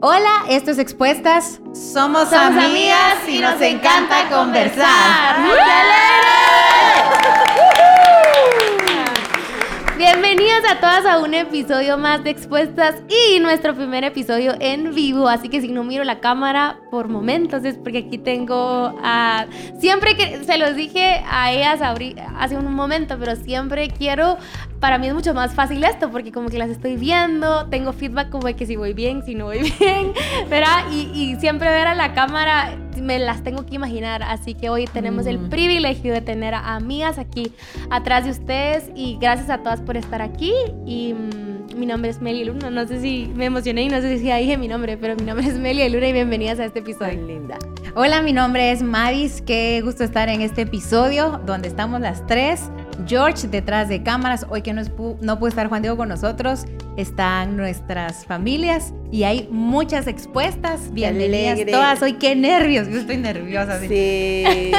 Hola, esto es Expuestas. Somos amigas y nos encanta conversar. ¡Muy Bienvenidas a todas a un episodio más de Expuestas y nuestro primer episodio en vivo. Así que si no miro la cámara por momentos es porque aquí tengo a... Siempre que se los dije a ellas hace un momento, pero siempre quiero... Para mí es mucho más fácil esto porque como que las estoy viendo, tengo feedback como de que si voy bien, si no voy bien, ¿verdad? Y siempre ver a la cámara me las tengo que imaginar, así que hoy tenemos el privilegio de tener a amigas aquí atrás de ustedes y gracias a todas por estar aquí y mi nombre es Meli Luna, no sé si me emocioné y no sé si ya dije mi nombre, pero mi nombre es Meli Luna y bienvenidas a este episodio. Muy linda. Hola, mi nombre es Madis, qué gusto estar en este episodio donde estamos las tres. George detrás de cámaras, hoy que no pudo estar Juan Diego con nosotros, están nuestras familias y hay muchas expuestas, bienvenidas todas, hoy qué nervios, yo estoy nerviosa. Sí.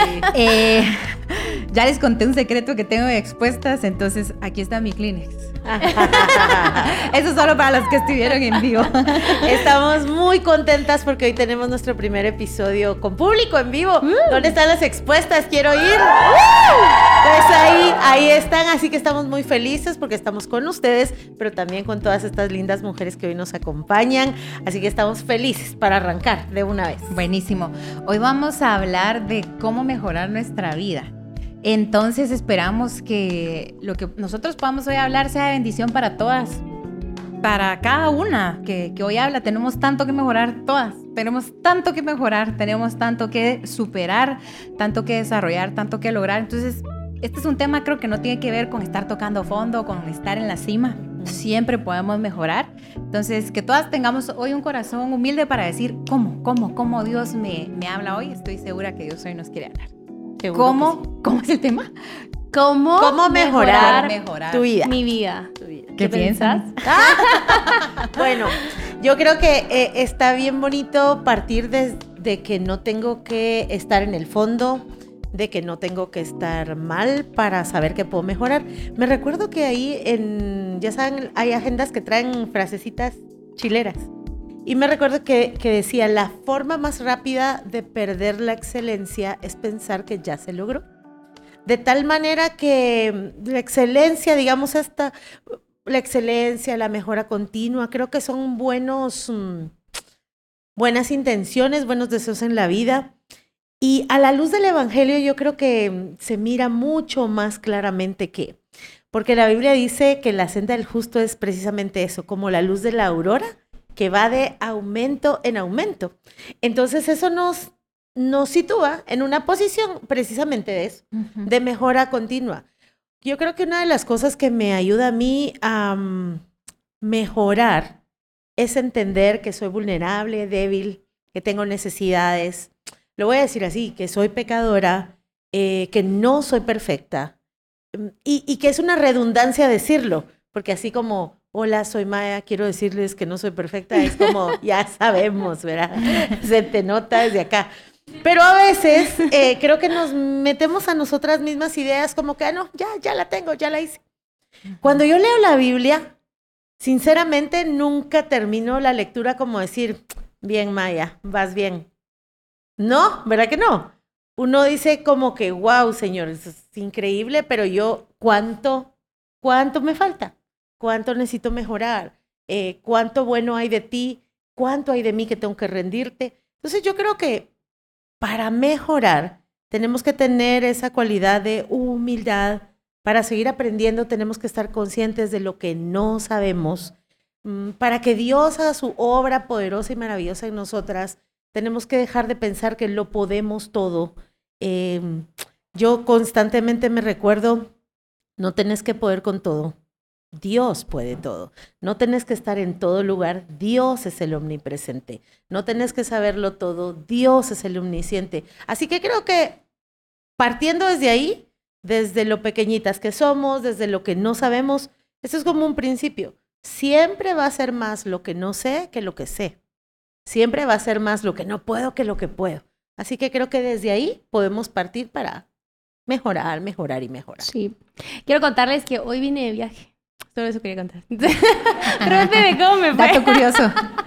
Ya les conté un secreto que tengo de expuestas, entonces aquí está mi Kleenex. Eso es solo para los que estuvieron en vivo. Estamos muy contentas porque hoy tenemos nuestro primer episodio con público en vivo. ¿Dónde están las expuestas? Quiero ir. Pues ahí están, así que estamos muy felices porque estamos con ustedes, pero también con todas estas lindas mujeres que hoy nos acompañan. Así que estamos felices para arrancar de una vez. Buenísimo. Hoy vamos a hablar de cómo mejorar nuestra vida. Entonces esperamos que lo que nosotros podamos hoy hablar sea de bendición para todas, para cada una que hoy habla. Tenemos tanto que mejorar todas, tenemos tanto que mejorar, tenemos tanto que superar, tanto que desarrollar, tanto que lograr. Entonces este es un tema, creo que no tiene que ver con estar tocando fondo, con estar en la cima. Siempre podemos mejorar. Entonces que todas tengamos hoy un corazón humilde para decir cómo Dios me habla hoy. Estoy segura que Dios hoy nos quiere hablar. ¿Cómo es el tema? ¿Cómo mejorar tu vida? Mi vida. ¿Qué piensas? Bueno, yo creo que está bien bonito partir de que no tengo que estar en el fondo, de que no tengo que estar mal para saber que puedo mejorar. Me recuerdo que ahí ya saben, hay agendas que traen frasecitas chileras. Y me recuerdo que decía, la forma más rápida de perder la excelencia es pensar que ya se logró. De tal manera que la excelencia, digamos la excelencia, la mejora continua, creo que son buenas intenciones, buenos deseos en la vida. Y a la luz del Evangelio yo creo que se mira mucho más claramente porque la Biblia dice que la senda del justo es precisamente eso, como la luz de la aurora, que va de aumento en aumento. Entonces eso nos sitúa en una posición precisamente de eso, de mejora continua. Yo creo que una de las cosas que me ayuda a mí a mejorar es entender que soy vulnerable, débil, que tengo necesidades. Lo voy a decir así, que soy pecadora, que no soy perfecta y que es una redundancia decirlo, porque así como... Hola, soy Maya, quiero decirles que no soy perfecta, es como, ya sabemos, ¿verdad? Se te nota desde acá. Pero a veces creo que nos metemos a nosotras mismas ideas como que, no, ya la tengo, ya la hice. Cuando yo leo la Biblia, sinceramente nunca termino la lectura como decir, bien Maya, vas bien. No, ¿verdad que no? Uno dice como que, wow, Señor, eso es increíble, pero yo, ¿cuánto me falta? ¿Cuánto necesito mejorar? ¿Cuánto bueno hay de ti? ¿Cuánto hay de mí que tengo que rendirte? Entonces yo creo que para mejorar tenemos que tener esa cualidad de humildad. Para seguir aprendiendo tenemos que estar conscientes de lo que no sabemos. Para que Dios haga su obra poderosa y maravillosa en nosotras, tenemos que dejar de pensar que lo podemos todo. Yo constantemente me recuerdo, no tenés que poder con todo. Dios puede todo. No tenés que estar en todo lugar. Dios es el omnipresente. No tenés que saberlo todo. Dios es el omnisciente. Así que creo que partiendo desde ahí, desde lo pequeñitas que somos, desde lo que no sabemos, eso es como un principio. Siempre va a ser más lo que no sé que lo que sé. Siempre va a ser más lo que no puedo que lo que puedo. Así que creo que desde ahí podemos partir para mejorar y mejorar. Sí. Quiero contarles que hoy vine de viaje. Solo eso quería contar. Pregúnteme cómo me fue. Dato curioso.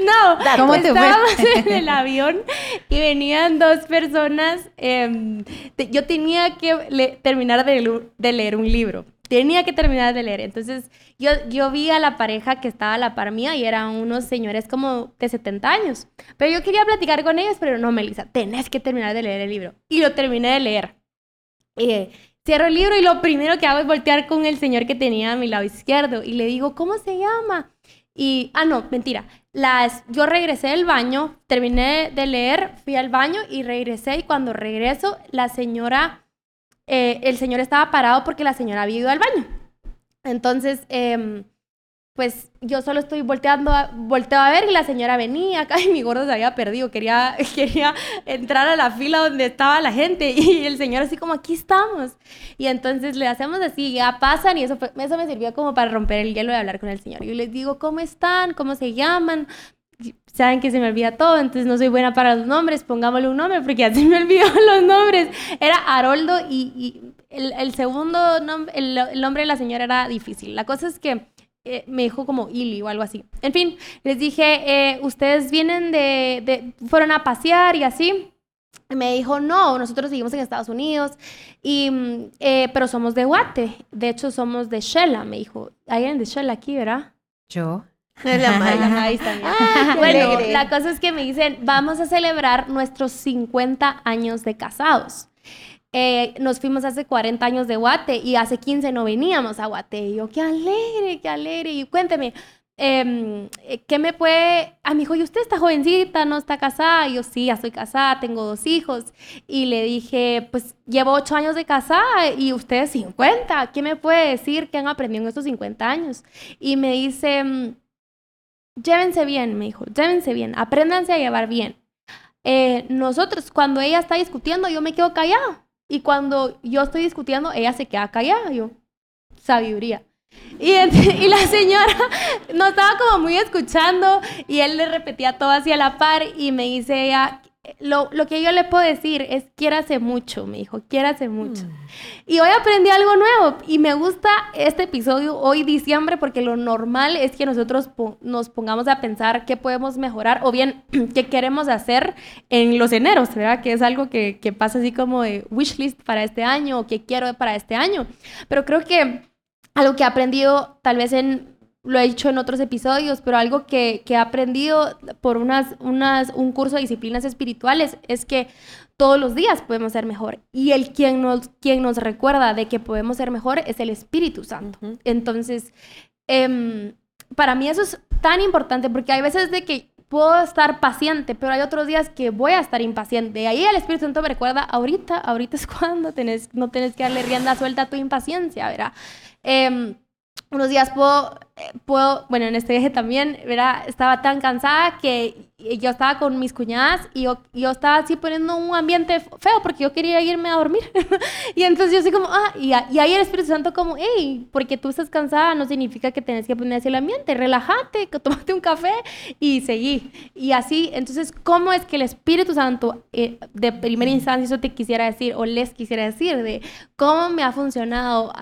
No, ¿Cómo te fue? estábamos en el avión y venían dos personas. Yo tenía que terminar de leer un libro. Tenía que terminar de leer. Entonces, yo vi a la pareja que estaba a la par mía y eran unos señores como de 70 años. Pero yo quería platicar con ellos, pero no, Melissa, tenés que terminar de leer el libro. Y lo terminé de leer. Cierro el libro y lo primero que hago es voltear con el señor que tenía a mi lado izquierdo y le digo, ¿cómo se llama? Y, no, mentira. Yo regresé del baño, terminé de leer, fui al baño y regresé. Y cuando regreso, la señora... el señor estaba parado porque la señora había ido al baño. Entonces, pues yo solo estoy volteo a ver y la señora venía acá y mi gordo se había perdido. Quería entrar a la fila donde estaba la gente y el señor así como, aquí estamos. Y entonces le hacemos así, ya pasan y eso me sirvió como para romper el hielo y hablar con el señor. Yo les digo, ¿cómo están? ¿Cómo se llaman? Saben que se me olvida todo, entonces no soy buena para los nombres, pongámosle un nombre porque ya se me olvidó los nombres. Era Haroldo y el segundo nombre, el nombre de la señora era difícil. La cosa es que me dijo como Ili o algo así. En fin, les dije, ustedes vienen fueron a pasear y así. Me dijo, no, nosotros seguimos en Estados Unidos, pero somos de Guate. De hecho, somos de Shela, me dijo. ¿Hay alguien de Shela aquí, verdad? Yo. La maíz también. Bueno, la cosa es que me dicen, vamos a celebrar nuestros 50 años de casados. Nos fuimos hace 40 años de Guate y hace 15 no veníamos a Guate. Y yo, qué alegre. Y cuénteme, ¿qué me puede...? Me dijo, ¿y usted está jovencita, no está casada? Y yo, sí, ya estoy casada, tengo 2 hijos. Y le dije, pues llevo 8 años de casada y ustedes 50. ¿Qué me puede decir que han aprendido en estos 50 años? Y me dice... llévense bien, me dijo, llévense bien, apréndanse a llevar bien. Nosotros, cuando ella está discutiendo, yo me quedo callada. Y cuando yo estoy discutiendo, ella se queda callada. Yo, sabiduría. Y la señora no estaba como muy escuchando y él le repetía todo hacia la par y me dice ella, lo que yo le puedo decir es quiérase mucho, me dijo, quiérase mucho. Y hoy aprendí algo nuevo y me gusta este episodio hoy diciembre porque lo normal es que nosotros nos pongamos a pensar qué podemos mejorar o bien qué queremos hacer en los eneros, ¿verdad? Que es algo que pasa así como de wishlist para este año o que quiero para este año. Pero creo que algo que he aprendido tal vez lo he dicho en otros episodios, pero algo que he aprendido por un curso de disciplinas espirituales es que todos los días podemos ser mejor. Y quien nos recuerda de que podemos ser mejor es el Espíritu Santo. Uh-huh. Entonces, para mí eso es tan importante porque hay veces de que puedo estar paciente, pero hay otros días que voy a estar impaciente. Y ahí el Espíritu Santo me recuerda, ahorita es cuando no tenés que darle rienda suelta a tu impaciencia, ¿verdad? Unos días puedo, bueno, en este viaje también, ¿verdad? Estaba tan cansada que yo estaba con mis cuñadas y yo estaba así poniendo un ambiente feo porque yo quería irme a dormir. Y entonces yo así como, y ahí el Espíritu Santo como, hey, porque tú estás cansada no significa que tenés que poner así el ambiente, relájate, tómate un café y seguí. Y así, entonces, ¿cómo es que el Espíritu Santo, de primera instancia, eso te quisiera decir, o les quisiera decir, de cómo me ha funcionado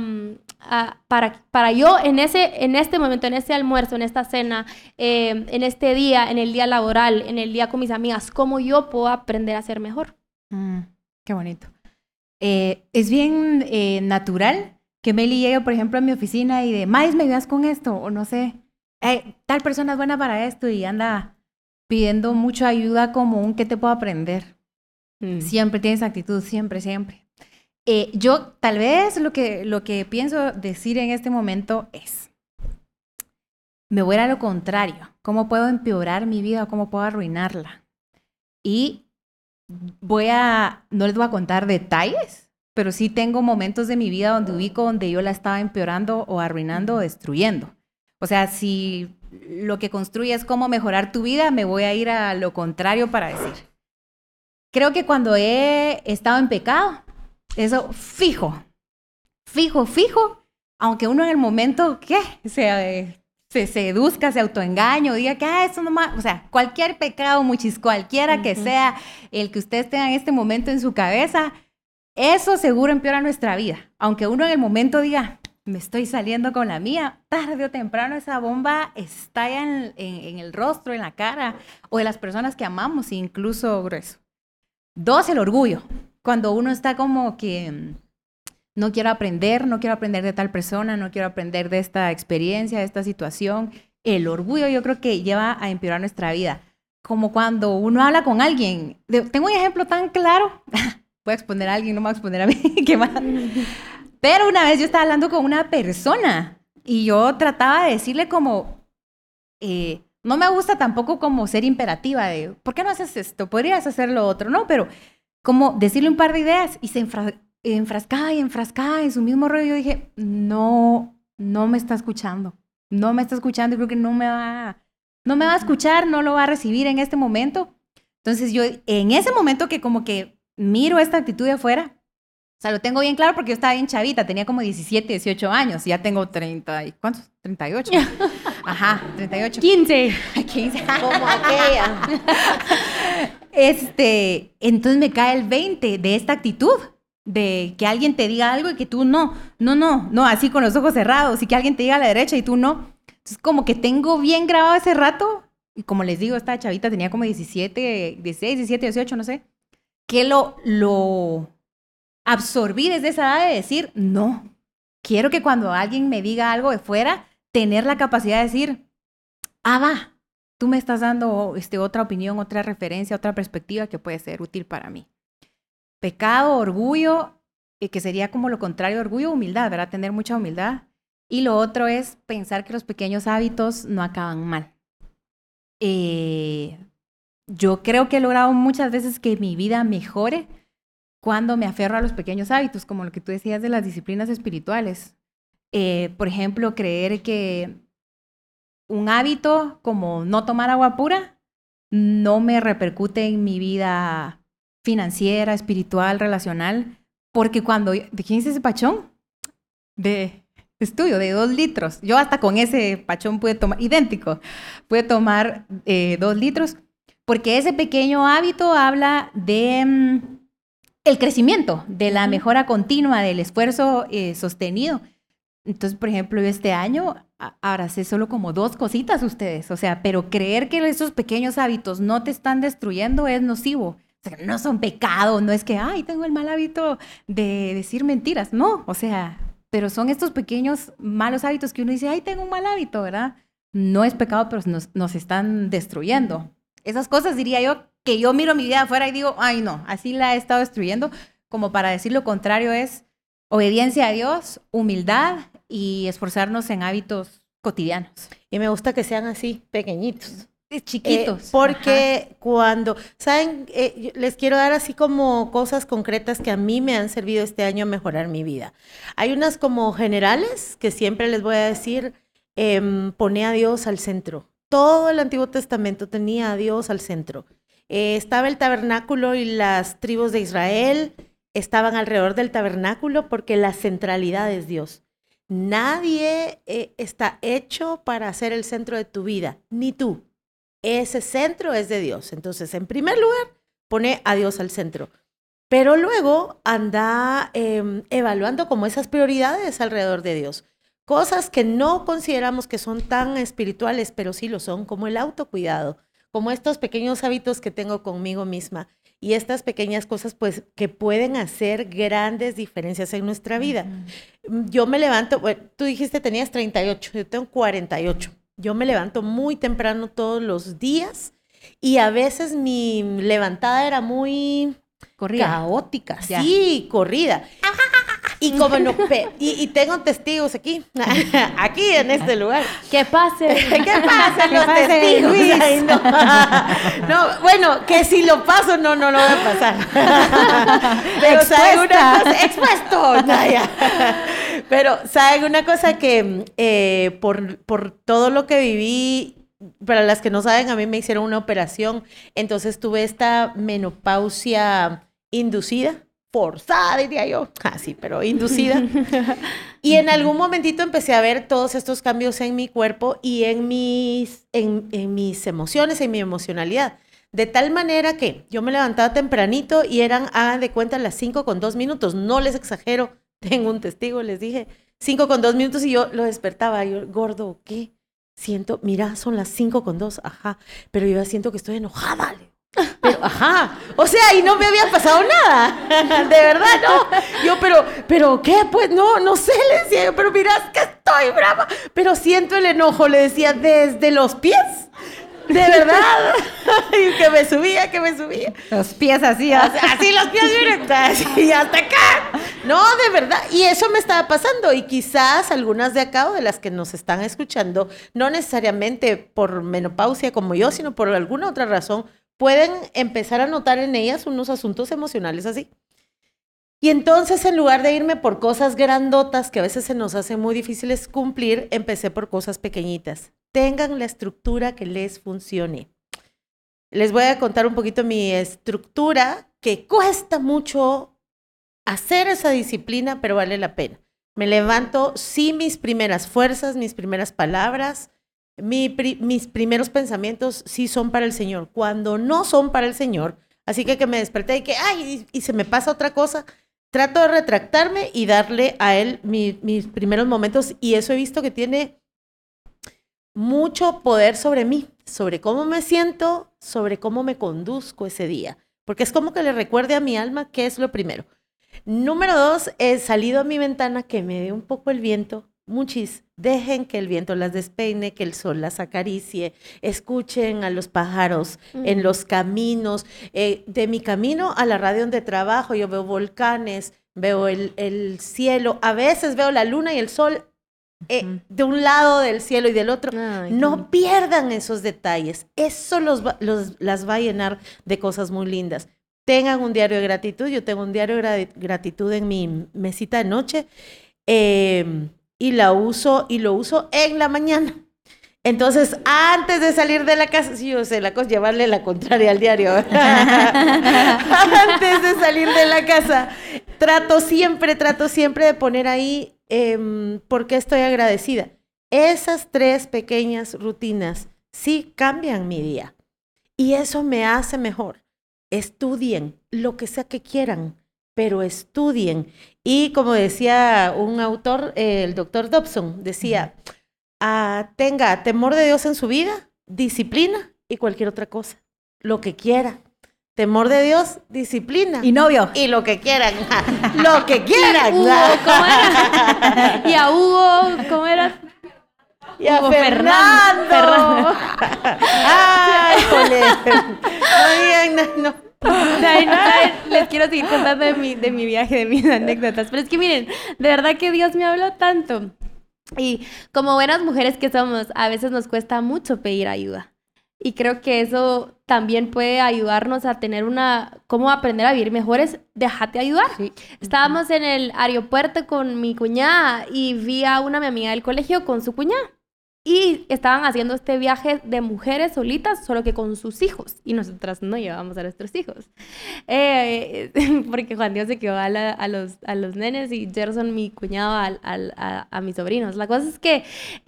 para yo en este momento, en este almuerzo, en esta cena, en este día, en el día laboral, en el día con mis amigas, cómo yo puedo aprender a ser mejor. Qué bonito. Es bien natural que Meli llegue, por ejemplo, a mi oficina y de, Maíz, ¿me ayudas con esto? O no sé, tal persona es buena para esto y anda pidiendo mucha ayuda como un ¿qué te puedo aprender? Siempre tienes actitud, siempre. Yo tal vez lo que pienso decir en este momento es, me voy a lo contrario, ¿cómo puedo empeorar mi vida o cómo puedo arruinarla? Y no les voy a contar detalles, pero sí tengo momentos de mi vida donde yo la estaba empeorando o arruinando o destruyendo. O sea, si lo que construye es cómo mejorar tu vida, me voy a ir a lo contrario para decir. Creo que cuando he estado en pecado, eso fijo, aunque uno en el momento, se seduzca, se autoengaño, diga que eso nomás, o sea, cualquier pecado, cualquiera que sea el que ustedes tengan en este momento en su cabeza, eso seguro empeora nuestra vida. Aunque uno en el momento diga, me estoy saliendo con la mía. Tarde o temprano esa bomba estalla en el rostro, en la cara, o de las personas que amamos, incluso grueso. 2, el orgullo. Cuando uno está como que no quiero aprender de tal persona, no quiero aprender de esta experiencia, de esta situación. El orgullo yo creo que lleva a empeorar nuestra vida. Como cuando uno habla con alguien. Tengo un ejemplo tan claro. Voy a exponer a alguien, no me voy a exponer a mí. ¿Qué más? Pero una vez yo estaba hablando con una persona y yo trataba de decirle como, no me gusta tampoco como ser imperativa de, ¿por qué no haces esto? Podrías hacer lo otro, ¿no? Pero como decirle un par de ideas y se enfrascaba en su mismo rollo. Yo dije, no me está escuchando. No me está escuchando y creo que no me va a escuchar, no lo va a recibir en este momento. Entonces yo, en ese momento que como que miro esta actitud de afuera, o sea, lo tengo bien claro porque yo estaba bien chavita, tenía como 17, 18 años, ya tengo 30, ¿cuántos? 38. Ajá, 38. 15. 15. Como aquella. Entonces me cae el 20 de esta actitud, de que alguien te diga algo y que tú no, así con los ojos cerrados, y que alguien te diga a la derecha y tú no. Entonces como que tengo bien grabado ese rato, y como les digo, esta chavita tenía como 16, 17, 18, no sé, que lo absorbí desde esa edad de decir, no, quiero que cuando alguien me diga algo de fuera, tener la capacidad de decir, va, tú me estás dando otra opinión, otra referencia, otra perspectiva que puede ser útil para mí. Pecado, orgullo, que sería como lo contrario de orgullo, humildad, ¿verdad? Tener mucha humildad. Y lo otro es pensar que los pequeños hábitos no acaban mal. Yo creo que he logrado muchas veces que mi vida mejore cuando me aferro a los pequeños hábitos, como lo que tú decías de las disciplinas espirituales. Por ejemplo, creer que un hábito como no tomar agua pura no me repercute en mi vida financiera, espiritual, relacional, porque cuando... ¿De quién es ese pachón? De estudio, de 2 litros. Yo hasta con ese pachón pude tomar, idéntico, pude tomar 2 litros, porque ese pequeño hábito habla de el crecimiento, de la mejora continua, del esfuerzo sostenido. Entonces, por ejemplo, yo este año abracé solo como 2 cositas ustedes, o sea, pero creer que esos pequeños hábitos no te están destruyendo es nocivo. O sea, no son pecado, no es que, tengo el mal hábito de decir mentiras, no, o sea, pero son estos pequeños malos hábitos que uno dice, tengo un mal hábito, ¿verdad? No es pecado, pero nos están destruyendo. Esas cosas diría yo, que yo miro mi vida afuera y digo, no, así la he estado destruyendo, como para decir lo contrario es obediencia a Dios, humildad y esforzarnos en hábitos cotidianos. Y me gusta que sean así, pequeñitos. Chiquitos. Porque cuando, ¿saben? Les quiero dar así como cosas concretas que a mí me han servido este año a mejorar mi vida. Hay unas como generales que siempre les voy a decir, pone a Dios al centro. Todo el Antiguo Testamento tenía a Dios al centro. Estaba el tabernáculo y las tribus de Israel estaban alrededor del tabernáculo porque la centralidad es Dios. Nadie está hecho para ser el centro de tu vida, ni tú. Ese centro es de Dios. Entonces, en primer lugar, pone a Dios al centro. Pero luego anda evaluando como esas prioridades alrededor de Dios. Cosas que no consideramos que son tan espirituales, pero sí lo son, como el autocuidado, como estos pequeños hábitos que tengo conmigo misma. Y estas pequeñas cosas, pues, que pueden hacer grandes diferencias en nuestra vida. Yo me levanto, bueno, tú dijiste tenías 38, yo tengo 48. Yo me levanto muy temprano todos los días y a veces mi levantada era muy caótica. Ya. Sí, corrida. Y como no, y tengo testigos aquí en este lugar. ¿Qué pase? ¿Qué pasa los testigos? Ay, no, bueno, que si lo paso, no lo voy a pasar. Pero ¿saben una cosa? Expuesto. Pero ¿saben una cosa? Que por todo lo que viví, para las que no saben, a mí me hicieron una operación, entonces tuve esta menopausia inducida. Forzada, diría yo. Sí, pero inducida. Y en algún momentito empecé a ver todos estos cambios en mi cuerpo y en mis emociones, en mi emocionalidad. De tal manera que yo me levantaba tempranito y eran, hagan de cuenta, las 5:02. No les exagero. Tengo un testigo, les dije, 5:02 y yo lo despertaba. Yo, gordo, ¿qué? Siento, mira, son las 5:02, ajá, pero yo ya siento que estoy enojada. Pero, ajá, o sea, y no me había pasado nada, de verdad, no. Yo, pero, ¿qué? Pues, no sé, le decía yo, pero mira, es que estoy brava. Pero siento el enojo, le decía, desde los pies. De verdad. Y que me subía. Los pies así. Así los pies, miren. Así, hasta acá. No, de verdad. Y eso me estaba pasando. Y quizás algunas de acá o de las que nos están escuchando, no necesariamente por menopausia como yo, sino por alguna otra razón, pueden empezar a notar en ellas unos asuntos emocionales así. Y entonces, en lugar de irme por cosas grandotas que a veces se nos hacen muy difíciles cumplir, empecé por cosas pequeñitas. Tengan la estructura que les funcione. Les voy a contar un poquito mi estructura, que cuesta mucho hacer esa disciplina, pero vale la pena. Me levanto, sí, mis primeras fuerzas, mis primeras palabras, mis primeros pensamientos sí son para el Señor. Cuando no son para el Señor, así que me desperté y que, y se me pasa otra cosa, trato de retractarme y darle a Él mis primeros momentos, y eso he visto que tiene mucho poder sobre mí, sobre cómo me siento, sobre cómo me conduzco ese día, porque es como que le recuerde a mi alma qué es lo primero. Número 2, he salido a mi ventana, que me dé un poco el viento, muchis, dejen que el viento las despeine, que el sol las acaricie, escuchen a los pájaros en los caminos, de mi camino a la radio donde trabajo, yo veo volcanes, veo el cielo, a veces veo la luna y el sol, de un lado del cielo y del otro. Ay, no pierdan esos detalles. Eso las va a llenar de cosas muy lindas. Tengan un diario de gratitud. Yo tengo un diario de gratitud en mi mesita de noche, y lo uso en la mañana. Entonces, antes de salir de la casa, sí, yo sé la cosa, llevarle la contraria al diario. Antes de salir de la casa, trato siempre de poner ahí por qué estoy agradecida. Esas 3 pequeñas rutinas sí cambian mi día. Y eso me hace mejor. Estudien lo que sea que quieran, pero estudien. Y como decía un autor, el doctor Dobson, decía, tenga temor de Dios en su vida, disciplina y cualquier otra cosa, lo que quiera. Temor de Dios, disciplina. Y novio. Y lo que quieran. Lo que quieran. Hugo, ¿cómo era? Y a Hugo, ¿cómo era? Y a Fernando. Ay, jole. No. Les quiero seguir contando de mi viaje, de mis anécdotas. Pero es que miren, de verdad que Dios me habló tanto. Y como buenas mujeres que somos, a veces nos cuesta mucho pedir ayuda. Y creo que eso también puede ayudarnos a tener cómo aprender a vivir mejores. Déjate ayudar. Sí. Estábamos en el aeropuerto con mi cuñada y vi a mi amiga del colegio con su cuñada. Y estaban haciendo este viaje de mujeres solitas, solo que con sus hijos. Y nosotras no llevábamos a nuestros hijos. Porque Juan Dios se quedó a los nenes y Gerson, mi cuñado, a mis sobrinos. La cosa es que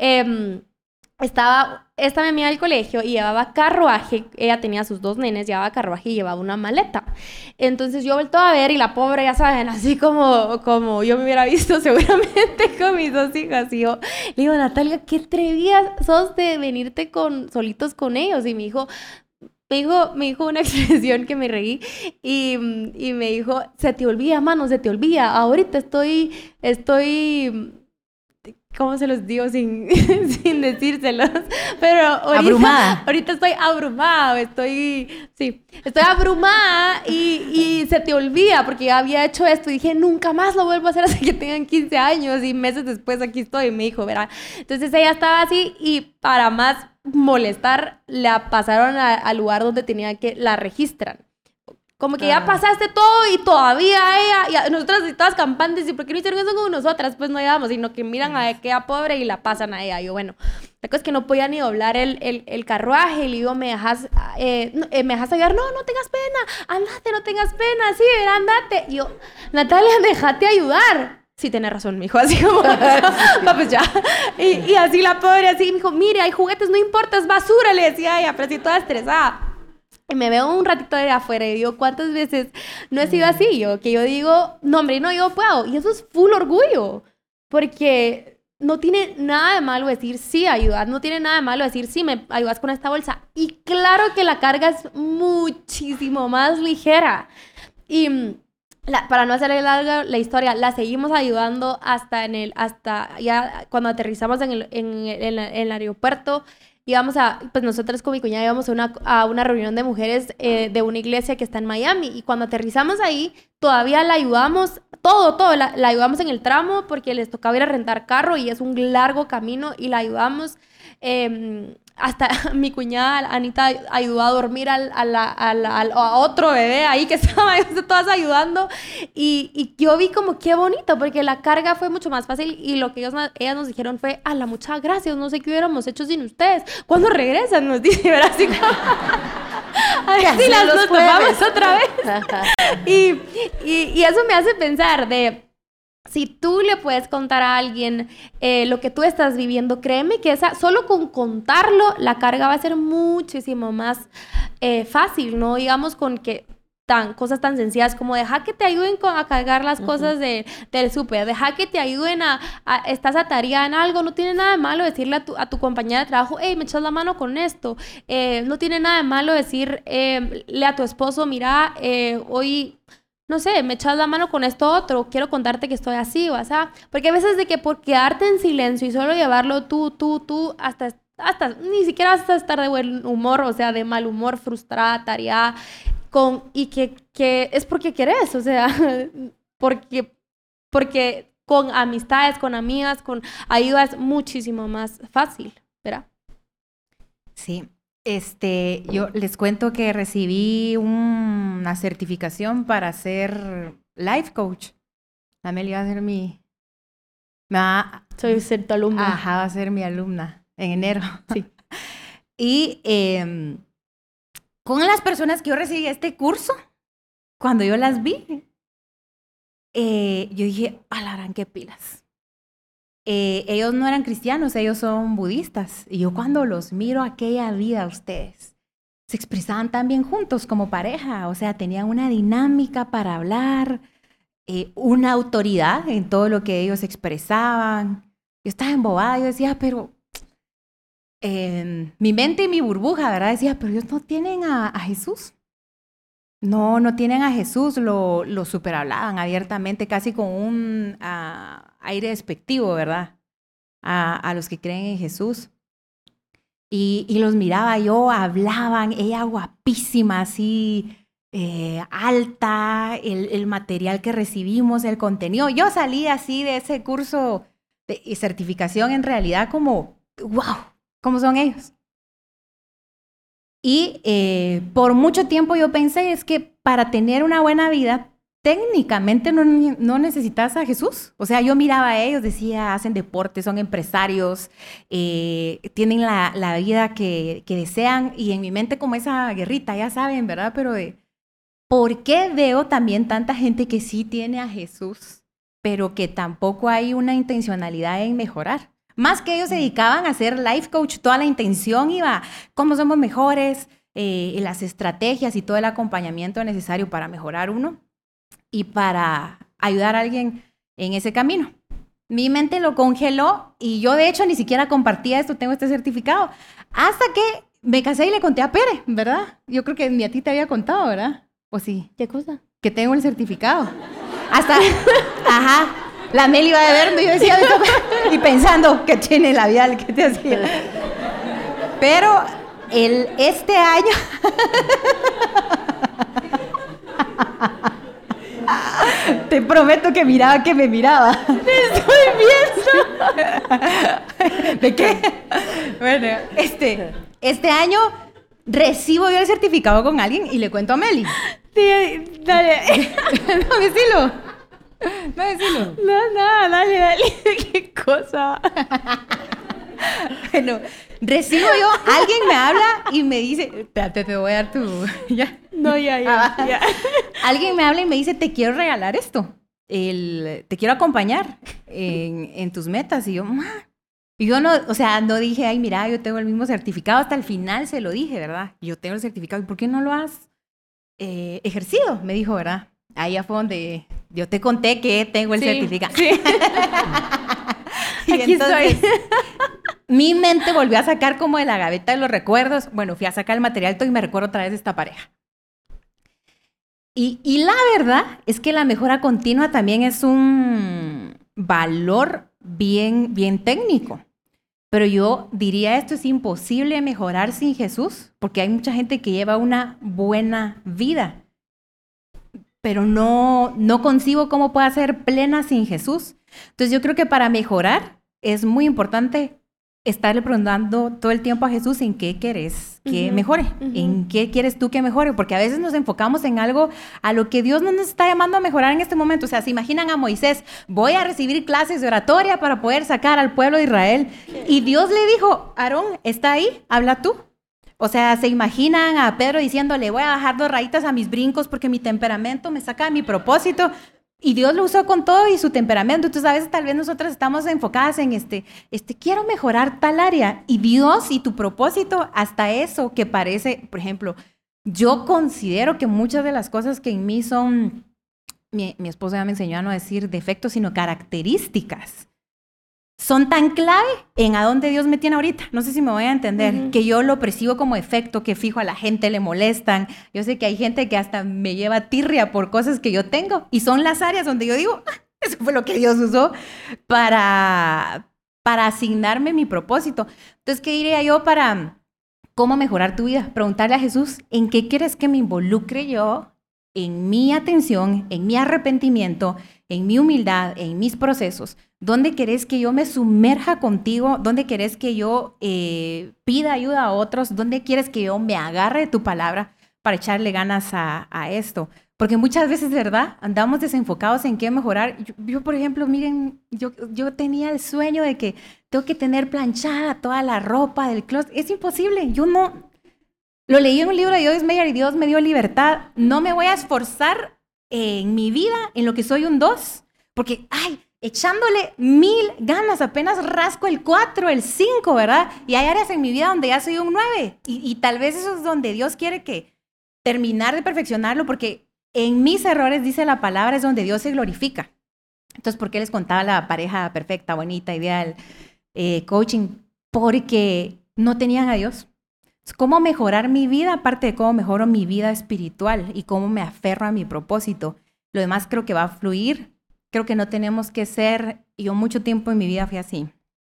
estaba mi amiga del colegio y llevaba carruaje. Ella tenía sus 2 nenes, llevaba carruaje y llevaba una maleta. Entonces yo vuelto a ver y la pobre, ya saben, así como yo me hubiera visto seguramente con mis 2 hijas. Y yo le digo, Natalia, qué atrevida sos de venirte solitos con ellos. Y me dijo una expresión que me reí y me dijo, se te olvida, mano, se te olvida. Ahorita estoy ¿cómo se los digo sin decírselos? Pero ahorita estoy abrumada, estoy abrumada y se te olvida porque ya había hecho esto y dije, nunca más lo vuelvo a hacer hasta que tengan 15 años y meses después aquí estoy y me dijo, ¿verdad? Entonces ella estaba así y para más molestar la pasaron al lugar donde la registran. Como que ya pasaste todo y todavía ella, y nosotras todas campantes, ¿y por qué no hicieron eso con nosotras? Pues no llevamos, sino que miran a aquella pobre y la pasan a ella. Yo, bueno, la cosa es que no podía ni doblar el carruaje y le digo, ¿me dejas ayudar? No tengas pena, andate, no tengas pena, sí, andate. Y yo, Natalia, déjate ayudar. Sí, tenés razón, mijo, así como, va, pues ya. Y así la pobre, así, me dijo, mire, hay juguetes, no importa, es basura, le decía ella, pero así toda estresada. Y me veo un ratito de afuera y digo, ¿cuántas veces no he sido así? Que yo digo, no, hombre, no, yo puedo. Y eso es full orgullo. porque no tiene nada de malo decir sí, ayudar. No tiene nada de malo decir sí, me ayudas con esta bolsa. Y claro que la carga es muchísimo más ligera. Y para no hacerle larga la historia, la seguimos ayudando hasta ya cuando aterrizamos en el aeropuerto. Pues nosotros con mi cuñada íbamos a una reunión de mujeres de una iglesia que está en Miami. Y cuando aterrizamos ahí, todavía la ayudamos, la ayudamos en el tramo porque les tocaba ir a rentar carro y es un largo camino y la ayudamos. Hasta mi cuñada Anita ayudó a dormir a otro bebé ahí que estaba todas ayudando y yo vi como qué bonito porque la carga fue mucho más fácil y lo que ellas nos dijeron fue muchas gracias, no sé qué hubiéramos hecho sin ustedes. ¿Cuándo regresan? Nos dice, ¿verdad? Así como, a ver si nos topamos otra vez. y eso me hace pensar de si tú le puedes contar a alguien lo que tú estás viviendo, créeme que solo con contarlo, la carga va a ser muchísimo más fácil, ¿no? Digamos con cosas tan sencillas como deja que te ayuden a cargar las cosas del súper, deja que te ayuden estás atareada en algo, no tiene nada de malo decirle a tu compañera de trabajo, hey, me echas la mano con esto, no tiene nada de malo decirle a tu esposo, mira, hoy no sé, me echas la mano con esto otro, quiero contarte que estoy así o así. Porque a veces de que por quedarte en silencio y solo llevarlo tú, hasta ni siquiera vas a estar de buen humor, o sea, de mal humor, frustrada, tareada, y que es porque querés, o sea, porque con amistades, con amigas, con ayuda es muchísimo más fácil, ¿verdad? Sí. Yo les cuento que recibí una certificación para ser life coach. Amelia va a ser Soy tu alumna. Ajá, va a ser mi alumna en enero. Sí. Y con las personas que yo recibí este curso, cuando yo las vi, yo dije, alarán, qué pilas. Ellos no eran cristianos, ellos son budistas. Y yo cuando los miro aquella vida, ustedes se expresaban tan bien juntos como pareja. O sea, tenían una dinámica para hablar, una autoridad en todo lo que ellos expresaban. Yo estaba embobada, yo decía, pero mi mente y mi burbuja, ¿verdad? Decía, pero ellos no tienen a Jesús. No tienen a Jesús, lo super hablaban abiertamente, casi con un aire despectivo, ¿verdad? A los que creen en Jesús. Y los miraba yo, hablaban, ella guapísima, así, alta, el material que recibimos, el contenido. Yo salí así de ese curso de certificación en realidad como, wow, ¿cómo son ellos? Y por mucho tiempo yo pensé, es que para tener una buena vida, técnicamente no necesitas a Jesús. O sea, yo miraba a ellos, decía, hacen deporte, son empresarios, tienen la vida que desean. Y en mi mente como esa guerrita, ya saben, ¿verdad? Pero ¿por qué veo también tanta gente que sí tiene a Jesús, pero que tampoco hay una intencionalidad en mejorar? Más que ellos se dedicaban a ser life coach, toda la intención iba, ¿cómo somos mejores? Las estrategias y todo el acompañamiento necesario para mejorar uno y para ayudar a alguien en ese camino. Mi mente lo congeló y yo de hecho ni siquiera compartía esto, tengo este certificado, hasta que me casé y le conté a Pere, ¿verdad? Yo creo que ni a ti te había contado, ¿verdad? ¿O sí? ¿Qué cosa? Que tengo el certificado. Hasta, ajá. La Meli iba a verme y yo decía, y pensando que tiene labial, que te hacía. Pero este año, te prometo que miraba que me miraba. ¡Te estoy viendo! ¿De qué? Bueno, este año recibo yo el certificado con alguien y le cuento a Meli. Sí, dale. No, decilo. No, decilo. No, dale. ¿Qué cosa? Bueno, recibo yo, alguien me habla y me dice, espérate, te voy a dar tu... ¿Ya? No, ya. Alguien me habla y me dice, te quiero regalar esto. Te quiero acompañar en tus metas. Y yo, y yo no, o sea, no dije, ay, mira, yo tengo el mismo certificado. Hasta el final se lo dije, ¿verdad? Yo tengo el certificado. ¿Y por qué no lo has ejercido? Me dijo, ¿verdad? Ahí ya fue donde yo te conté que tengo el certificado. Sí. Y Aquí entonces, estoy. mi mente volvió a sacar como de la gaveta de los recuerdos. Bueno, fui a sacar el material todo y me recuerdo otra vez de esta pareja. Y la verdad es que la mejora continua también es un valor bien, bien técnico. Pero yo diría, esto es imposible mejorar sin Jesús, porque hay mucha gente que lleva una buena vida, pero no concibo cómo pueda ser plena sin Jesús. Entonces yo creo que para mejorar es muy importante estarle preguntando todo el tiempo a Jesús en qué quieres que mejore, en qué quieres tú que mejore, porque a veces nos enfocamos en algo a lo que Dios no nos está llamando a mejorar en este momento. O sea, se imaginan a Moisés, voy a recibir clases de oratoria para poder sacar al pueblo de Israel. Y Dios le dijo, Aarón, está ahí, habla tú. O sea, se imaginan a Pedro diciéndole, voy a bajar 2 rayitas a mis brincos porque mi temperamento me saca de mi propósito. Y Dios lo usó con todo y su temperamento. Entonces, a veces tal vez nosotras estamos enfocadas en quiero mejorar tal área. Y Dios y tu propósito, hasta eso que parece, por ejemplo, yo considero que muchas de las cosas que en mí son, mi esposo ya me enseñó a no decir defectos, sino características, son tan clave en a dónde Dios me tiene ahorita. No sé si me voy a entender, que yo lo percibo como efecto, que fijo a la gente, le molestan. Yo sé que hay gente que hasta me lleva tirria por cosas que yo tengo. Y son las áreas donde yo digo, eso fue lo que Dios usó para asignarme mi propósito. Entonces, ¿qué diría yo para cómo mejorar tu vida? Preguntarle a Jesús, ¿en qué quieres que me involucre yo? En mi atención, en mi arrepentimiento, en mi humildad, en mis procesos. ¿Dónde querés que yo me sumerja contigo? ¿Dónde querés que yo pida ayuda a otros? ¿Dónde quieres que yo me agarre de tu palabra para echarle ganas a esto? Porque muchas veces, ¿verdad? Andamos desenfocados en qué mejorar. Yo por ejemplo, miren, yo tenía el sueño de que tengo que tener planchada toda la ropa del closet. Es imposible. Yo no... Lo leí en un libro de Joyce Meyer y Dios me dio libertad. No me voy a esforzar en mi vida, en lo que soy un 2, porque, echándole 1000 ganas, apenas rasco el 4, el 5, ¿verdad? Y hay áreas en mi vida donde ya soy un 9. Y tal vez eso es donde Dios quiere que terminar de perfeccionarlo, porque en mis errores, dice la palabra, es donde Dios se glorifica. Entonces, ¿por qué les contaba la pareja perfecta, bonita, ideal, coaching? Porque no tenían a Dios. ¿Cómo mejorar mi vida? Aparte de cómo mejoro mi vida espiritual y cómo me aferro a mi propósito. Lo demás creo que va a fluir. Creo que no tenemos que ser... Yo mucho tiempo en mi vida fui así.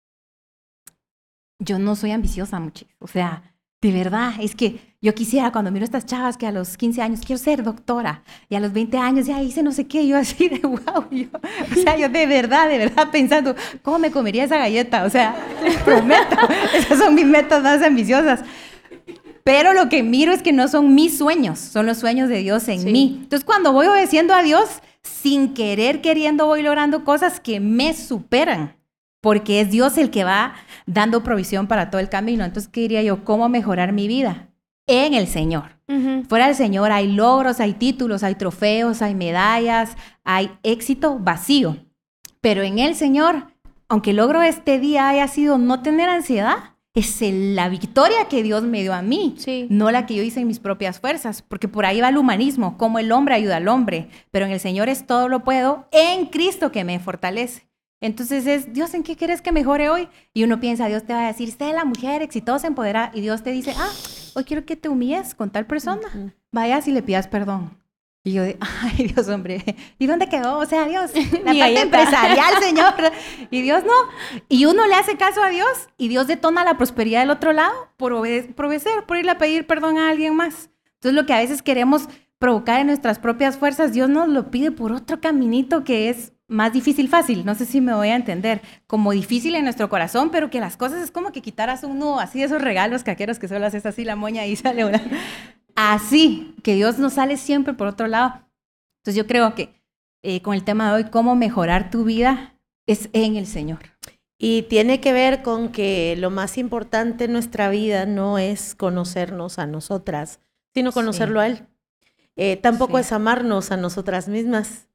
Yo no soy ambiciosa, muchachos. O sea, de verdad, es que yo quisiera, cuando miro a estas chavas que a los 15 años quiero ser doctora y a los 20 años ya hice no sé qué, yo así de wow. Yo de verdad pensando, ¿cómo me comería esa galleta? O sea, les prometo, esas son mis metas más ambiciosas. Pero lo que miro es que no son mis sueños, son los sueños de Dios en mí. Entonces, cuando voy obedeciendo a Dios, sin querer, queriendo, voy logrando cosas que me superan, porque es Dios el que va dando provisión para todo el camino. Entonces, ¿qué diría yo? ¿Cómo mejorar mi vida? En el Señor. Fuera del Señor hay logros, hay títulos, hay trofeos, hay medallas, hay éxito vacío. Pero en el Señor, aunque el logro este día haya sido no tener ansiedad, es la victoria que Dios me dio a mí, no la que yo hice en mis propias fuerzas, porque por ahí va el humanismo, cómo el hombre ayuda al hombre, pero en el Señor es todo lo puedo en Cristo que me fortalece. Entonces es, Dios, ¿en qué quieres que mejore hoy? Y uno piensa, Dios te va a decir, sé la mujer exitosa, empoderada, y Dios te dice, hoy quiero que te humilles con tal persona, vayas y le pidas perdón. Y yo, ay, Dios, hombre, ¿y dónde quedó? O sea, Dios, la parte empresarial, Señor. Y Dios no. Y uno le hace caso a Dios y Dios detona la prosperidad del otro lado por obedecer, por irle a pedir perdón a alguien más. Entonces, lo que a veces queremos provocar en nuestras propias fuerzas, Dios nos lo pide por otro caminito que es más difícil, fácil. No sé si me voy a entender. Como difícil en nuestro corazón, pero que las cosas es como que quitaras uno así de esos regalos caqueros que solo haces así la moña y sale una... Así, que Dios nos sale siempre por otro lado. Entonces yo creo que con el tema de hoy, cómo mejorar tu vida, es en el Señor. Y tiene que ver con que lo más importante en nuestra vida no es conocernos a nosotras, sino conocerlo a Él. Tampoco es amarnos a nosotras mismas,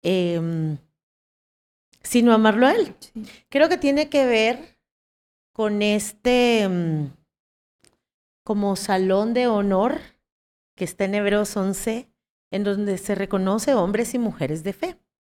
sino amarlo a Él. Sí. Creo que tiene que ver con como salón de honor que está en Hebreos 11, en donde se reconoce hombres y mujeres de fe.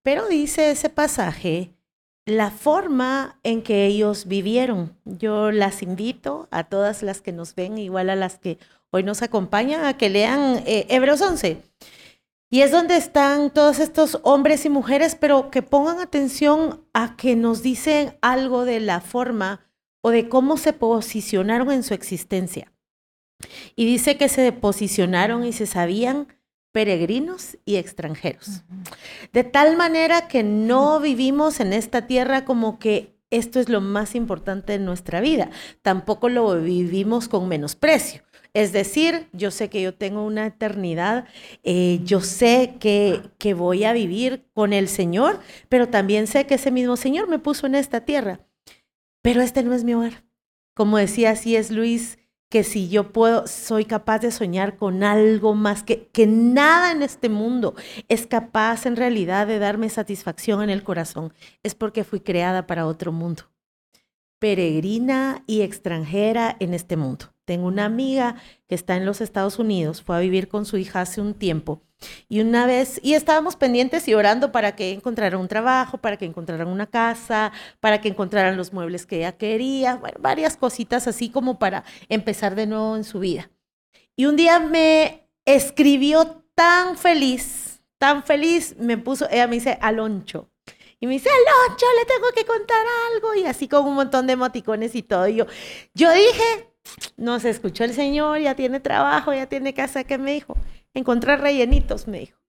Pero dice ese pasaje la forma en que ellos vivieron. Yo las invito a todas las que nos ven, igual a las que hoy nos acompañan, a que lean Hebreos 11. Y es donde están todos estos hombres y mujeres, pero que pongan atención a que nos dicen algo de la forma o de cómo se posicionaron en su existencia. Y dice que se posicionaron y se sabían peregrinos y extranjeros. De tal manera que no vivimos en esta tierra como que esto es lo más importante de nuestra vida. Tampoco lo vivimos con menosprecio. Es decir, yo sé que yo tengo una eternidad, yo sé que voy a vivir con el Señor, pero también sé que ese mismo Señor me puso en esta tierra. Pero este no es mi hogar. Como decía C.S. Lewis, que si yo soy capaz de soñar con algo más, que nada en este mundo es capaz en realidad de darme satisfacción en el corazón, es porque fui creada para otro mundo. Peregrina y extranjera en este mundo. Tengo una amiga que está en los Estados Unidos, fue a vivir con su hija hace un tiempo y una vez, y estábamos pendientes y orando para que encontraran un trabajo, para que encontraran una casa, para que encontraran los muebles que ella quería, bueno, varias cositas así como para empezar de nuevo en su vida. Y un día me escribió tan feliz, me puso, ella me dice, Aloncho. Y me dice, Aloncho, le tengo que contar algo. Y así con un montón de emoticones y todo. Y yo dije, nos escuchó el Señor, ya tiene trabajo, ya tiene casa. ¿Qué me dijo? Encontrar rellenitos, me dijo.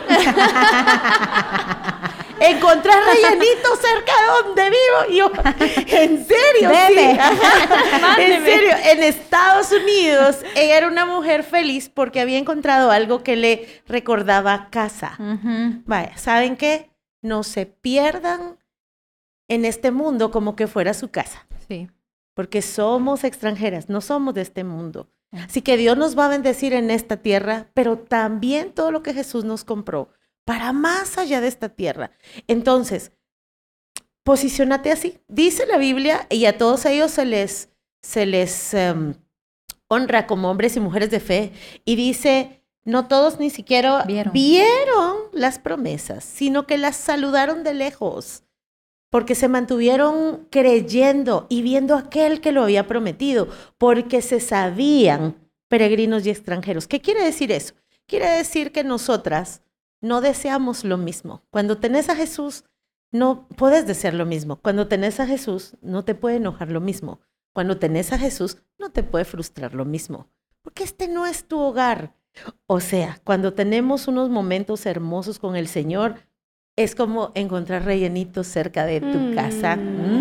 Encontrar rellenitos cerca de donde vivo. Y yo, ¿en serio? Bebe. Sí. En serio, en Estados Unidos, ella era una mujer feliz porque había encontrado algo que le recordaba casa. Vaya, ¿saben qué? No se pierdan en este mundo como que fuera su casa. Sí. Porque somos extranjeras, no somos de este mundo. Así que Dios nos va a bendecir en esta tierra, pero también todo lo que Jesús nos compró para más allá de esta tierra. Entonces, posiciónate así. Dice la Biblia, y a todos ellos se les honra como hombres y mujeres de fe, y dice, no todos ni siquiera vieron las promesas, sino que las saludaron de lejos, porque se mantuvieron creyendo y viendo a aquel que lo había prometido, porque se sabían peregrinos y extranjeros. ¿Qué quiere decir eso? Quiere decir que nosotras no deseamos lo mismo. Cuando tenés a Jesús, no puedes desear lo mismo. Cuando tenés a Jesús, no te puede enojar lo mismo. Cuando tenés a Jesús, no te puede frustrar lo mismo, porque este no es tu hogar. O sea, cuando tenemos unos momentos hermosos con el Señor, es como encontrar rellenitos cerca de tu casa.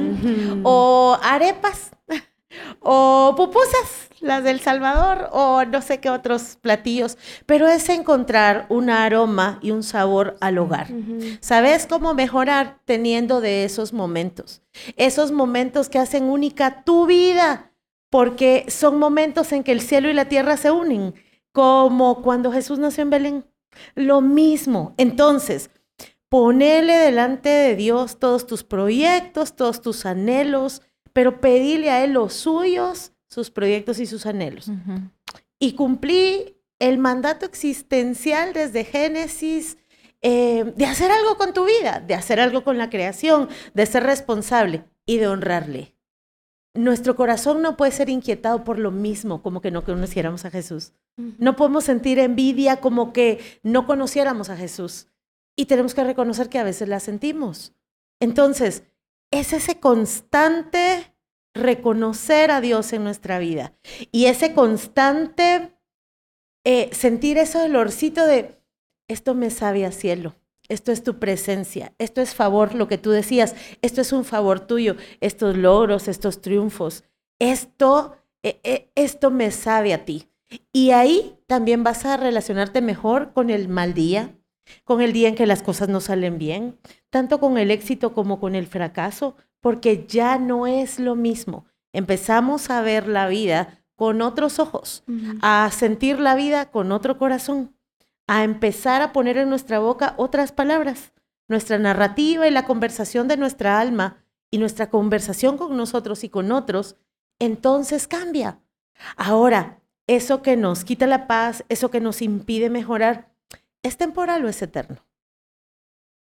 O arepas, o pupusas, las del Salvador, o no sé qué otros platillos. Pero es encontrar un aroma y un sabor al hogar. ¿Sabes cómo mejorar? Teniendo de esos momentos. Esos momentos que hacen única tu vida, porque son momentos en que el cielo y la tierra se unen. Como cuando Jesús nació en Belén. Lo mismo. Entonces, ponele delante de Dios todos tus proyectos, todos tus anhelos, pero pedile a Él los suyos, sus proyectos y sus anhelos. Y cumplí el mandato existencial desde Génesis, de hacer algo con tu vida, de hacer algo con la creación, de ser responsable y de honrarle. Nuestro corazón no puede ser inquietado por lo mismo, como que no conociéramos a Jesús. No podemos sentir envidia como que no conociéramos a Jesús. Y tenemos que reconocer que a veces la sentimos. Entonces, es ese constante reconocer a Dios en nuestra vida. Y ese constante sentir ese olorcito de, esto me sabe a cielo. Esto es tu presencia, esto es favor, lo que tú decías, esto es un favor tuyo, estos logros, estos triunfos, esto me sabe a ti. Y ahí también vas a relacionarte mejor con el mal día, con el día en que las cosas no salen bien, tanto con el éxito como con el fracaso, porque ya no es lo mismo. Empezamos a ver la vida con otros ojos, a sentir la vida con otro corazón, a empezar a poner en nuestra boca otras palabras. Nuestra narrativa y la conversación de nuestra alma y nuestra conversación con nosotros y con otros, entonces cambia. Ahora, eso que nos quita la paz, eso que nos impide mejorar, ¿es temporal o es eterno?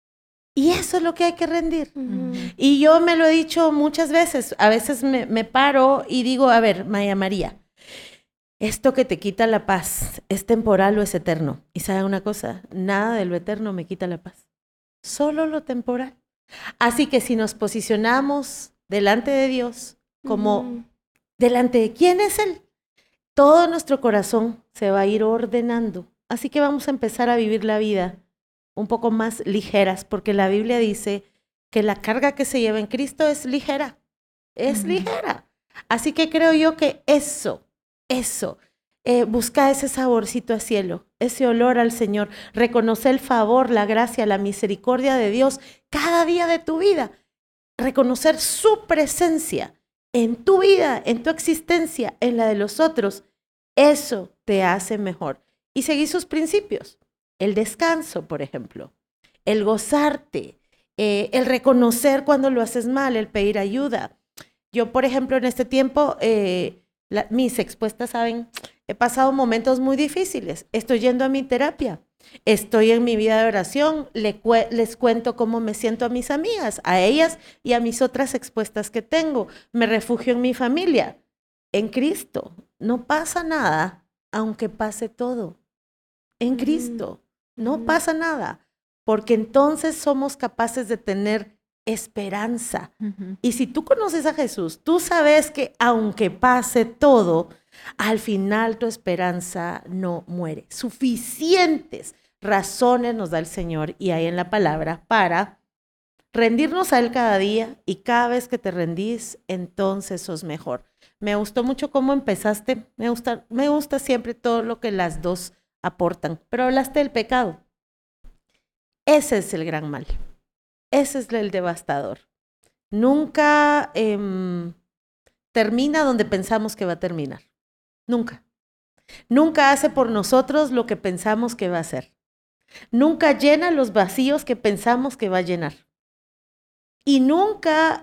Y eso es lo que hay que rendir. Y yo me lo he dicho muchas veces. A veces me paro y digo, a ver, Maya María, esto que te quita la paz, ¿es temporal o es eterno? Y sabe una cosa, nada de lo eterno me quita la paz. Solo lo temporal. Así que si nos posicionamos delante de Dios como delante de quién es Él, todo nuestro corazón se va a ir ordenando. Así que vamos a empezar a vivir la vida un poco más ligeras, porque la Biblia dice que la carga que se lleva en Cristo es ligera, ligera. Así que creo yo que eso, busca ese saborcito a cielo, ese olor al Señor, reconocer el favor, la gracia, la misericordia de Dios cada día de tu vida, reconocer su presencia en tu vida, en tu existencia, en la de los otros, eso te hace mejor. Y seguir sus principios. El descanso, por ejemplo, el gozarte, el reconocer cuando lo haces mal, el pedir ayuda. Yo, por ejemplo, en este tiempo, mis expuestas saben, he pasado momentos muy difíciles. Estoy yendo a mi terapia, estoy en mi vida de oración, les cuento cómo me siento a mis amigas, a ellas y a mis otras expuestas que tengo. Me refugio en mi familia, en Cristo. No pasa nada, aunque pase todo. En Cristo. No pasa nada, porque entonces somos capaces de tener esperanza. Y si tú conoces a Jesús, tú sabes que aunque pase todo, al final tu esperanza no muere. Suficientes razones nos da el Señor y hay en la palabra para rendirnos a Él cada día, y cada vez que te rendís, entonces sos mejor. Me gustó mucho cómo empezaste, me gusta siempre todo lo que las dos aportan, pero hablaste del pecado. Ese es el gran mal, ese es el devastador. Nunca termina donde pensamos que va a terminar, nunca. Nunca hace por nosotros lo que pensamos que va a hacer. Nunca llena los vacíos que pensamos que va a llenar. Y nunca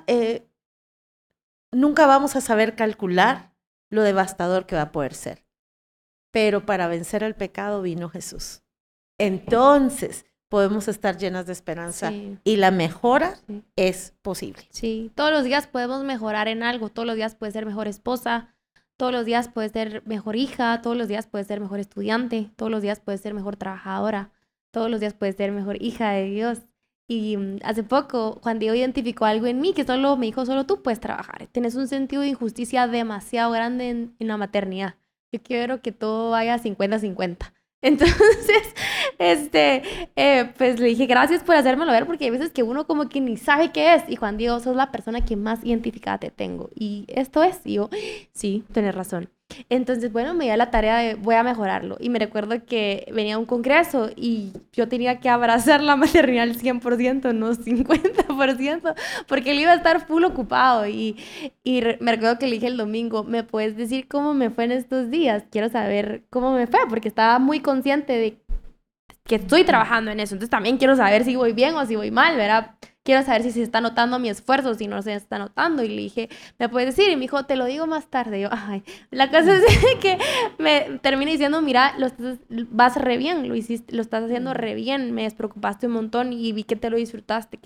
vamos a saber calcular lo devastador que va a poder ser. Pero para vencer el pecado vino Jesús. Entonces podemos estar llenas de esperanza, y la mejora es posible. Sí, todos los días podemos mejorar en algo, todos los días puedes ser mejor esposa, todos los días puedes ser mejor hija, todos los días puedes ser mejor estudiante, todos los días puedes ser mejor trabajadora, todos los días puedes ser mejor hija de Dios. Y hace poco, Juan Diego identificó algo en mí que me dijo, solo tú puedes trabajar. Tienes un sentido de injusticia demasiado grande en la maternidad. Yo quiero que todo vaya 50-50. Entonces, pues le dije, gracias por hacérmelo ver, porque hay veces que uno como que ni sabe qué es. Y Juan Diego, sos la persona que más identificada te tengo. Y esto es. Y yo, sí, tienes razón. Entonces, bueno, me dio la tarea de voy a mejorarlo. Y me recuerdo que venía a un congreso y yo tenía que abrazar la maternidad al 100%, no 50%, porque él iba a estar full ocupado. Y me recuerdo que le dije el domingo, ¿me puedes decir cómo me fue en estos días? Quiero saber cómo me fue, porque estaba muy consciente de que estoy trabajando en eso. Entonces también quiero saber si voy bien o si voy mal, ¿verdad? Quiero saber si se está notando mi esfuerzo, si no se está notando. Y le dije, ¿me puedes decir? Y me dijo, te lo digo más tarde. Y yo, ay, la cosa es que me termina diciendo, mira, vas re bien, lo estás haciendo re bien, me despreocupaste un montón y vi que te disfrutaste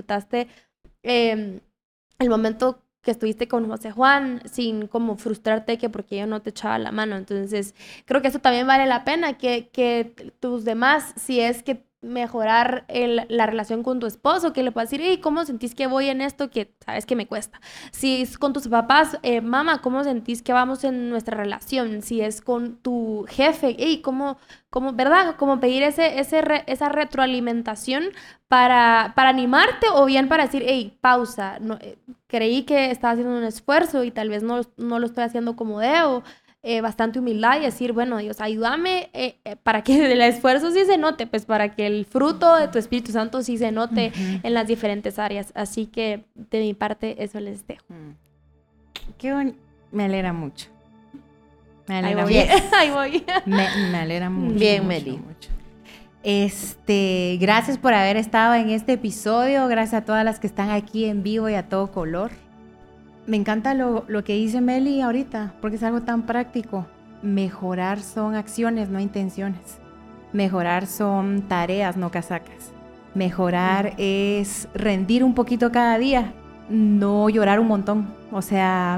el momento que estuviste con José Juan, sin como frustrarte que porque yo no te echaba la mano. Entonces, creo que eso también vale la pena, que tus demás, si es que mejorar la relación con tu esposo, que le puedas decir, hey, ¿cómo sentís que voy en esto que sabes que me cuesta? Si es con tus papás, mamá, ¿cómo sentís que vamos en nuestra relación? Si es con tu jefe, hey, ¿cómo ¿verdad? Como pedir esa retroalimentación para animarte, o bien para decir, hey, pausa, no, creí que estaba haciendo un esfuerzo y tal vez no lo estoy haciendo como debo. Bastante humildad y decir, bueno, Dios, ayúdame para que el esfuerzo sí se note, pues para que el fruto de tu Espíritu Santo sí se note en las diferentes áreas. Así que de mi parte eso les dejo. Qué bonito. Me alegra mucho. Me alegra mucho. Ahí voy. Me alegra mucho. Bien, mucho, Meli. mucho. Gracias por haber estado en este episodio. Gracias a todas las que están aquí en vivo y a todo color. Me encanta lo que dice Meli ahorita, porque es algo tan práctico. Mejorar son acciones, no intenciones. Mejorar son tareas, no casacas. Mejorar es rendir un poquito cada día, no llorar un montón. O sea,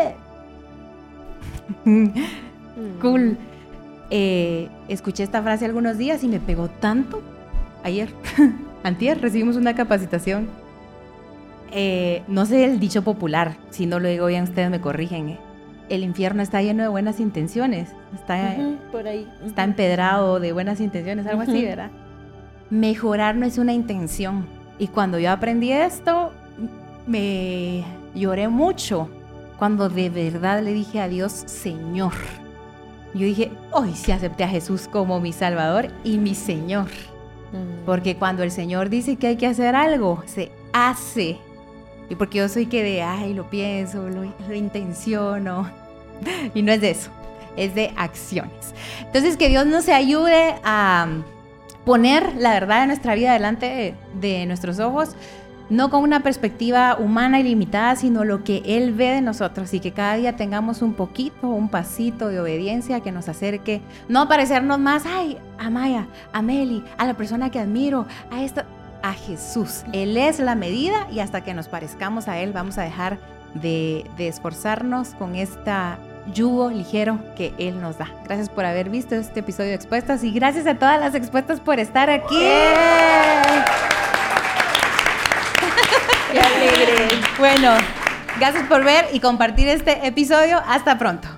cool. Escuché esta frase algunos días y me pegó tanto. Ayer, antier, recibimos una capacitación. No sé el dicho popular, si no lo digo bien ustedes me corrigen. El infierno está lleno de buenas intenciones, por ahí. Está empedrado de buenas intenciones, algo así, ¿verdad? Mejorar no es una intención. Y cuando yo aprendí esto, me lloré mucho cuando de verdad le dije a Dios, Señor. Yo dije, hoy sí acepté a Jesús como mi Salvador y mi Señor. Porque cuando el Señor dice que hay que hacer algo, se hace. Y porque yo soy que lo pienso, lo intenciono. Y no es de eso, es de acciones. Entonces, que Dios nos ayude a poner la verdad de nuestra vida delante de nuestros ojos, no con una perspectiva humana y limitada, sino lo que Él ve de nosotros, y que cada día tengamos un pasito de obediencia que nos acerque, no a parecernos más, a Maya, a Meli, a la persona que admiro, a Jesús. Él es la medida, y hasta que nos parezcamos a Él vamos a dejar de esforzarnos con esta yugo ligero que Él nos da. Gracias por haber visto este episodio de Expuestas, y gracias a todas las expuestas por estar aquí. ¡Qué alegre! Bueno, gracias por ver y compartir este episodio. Hasta pronto.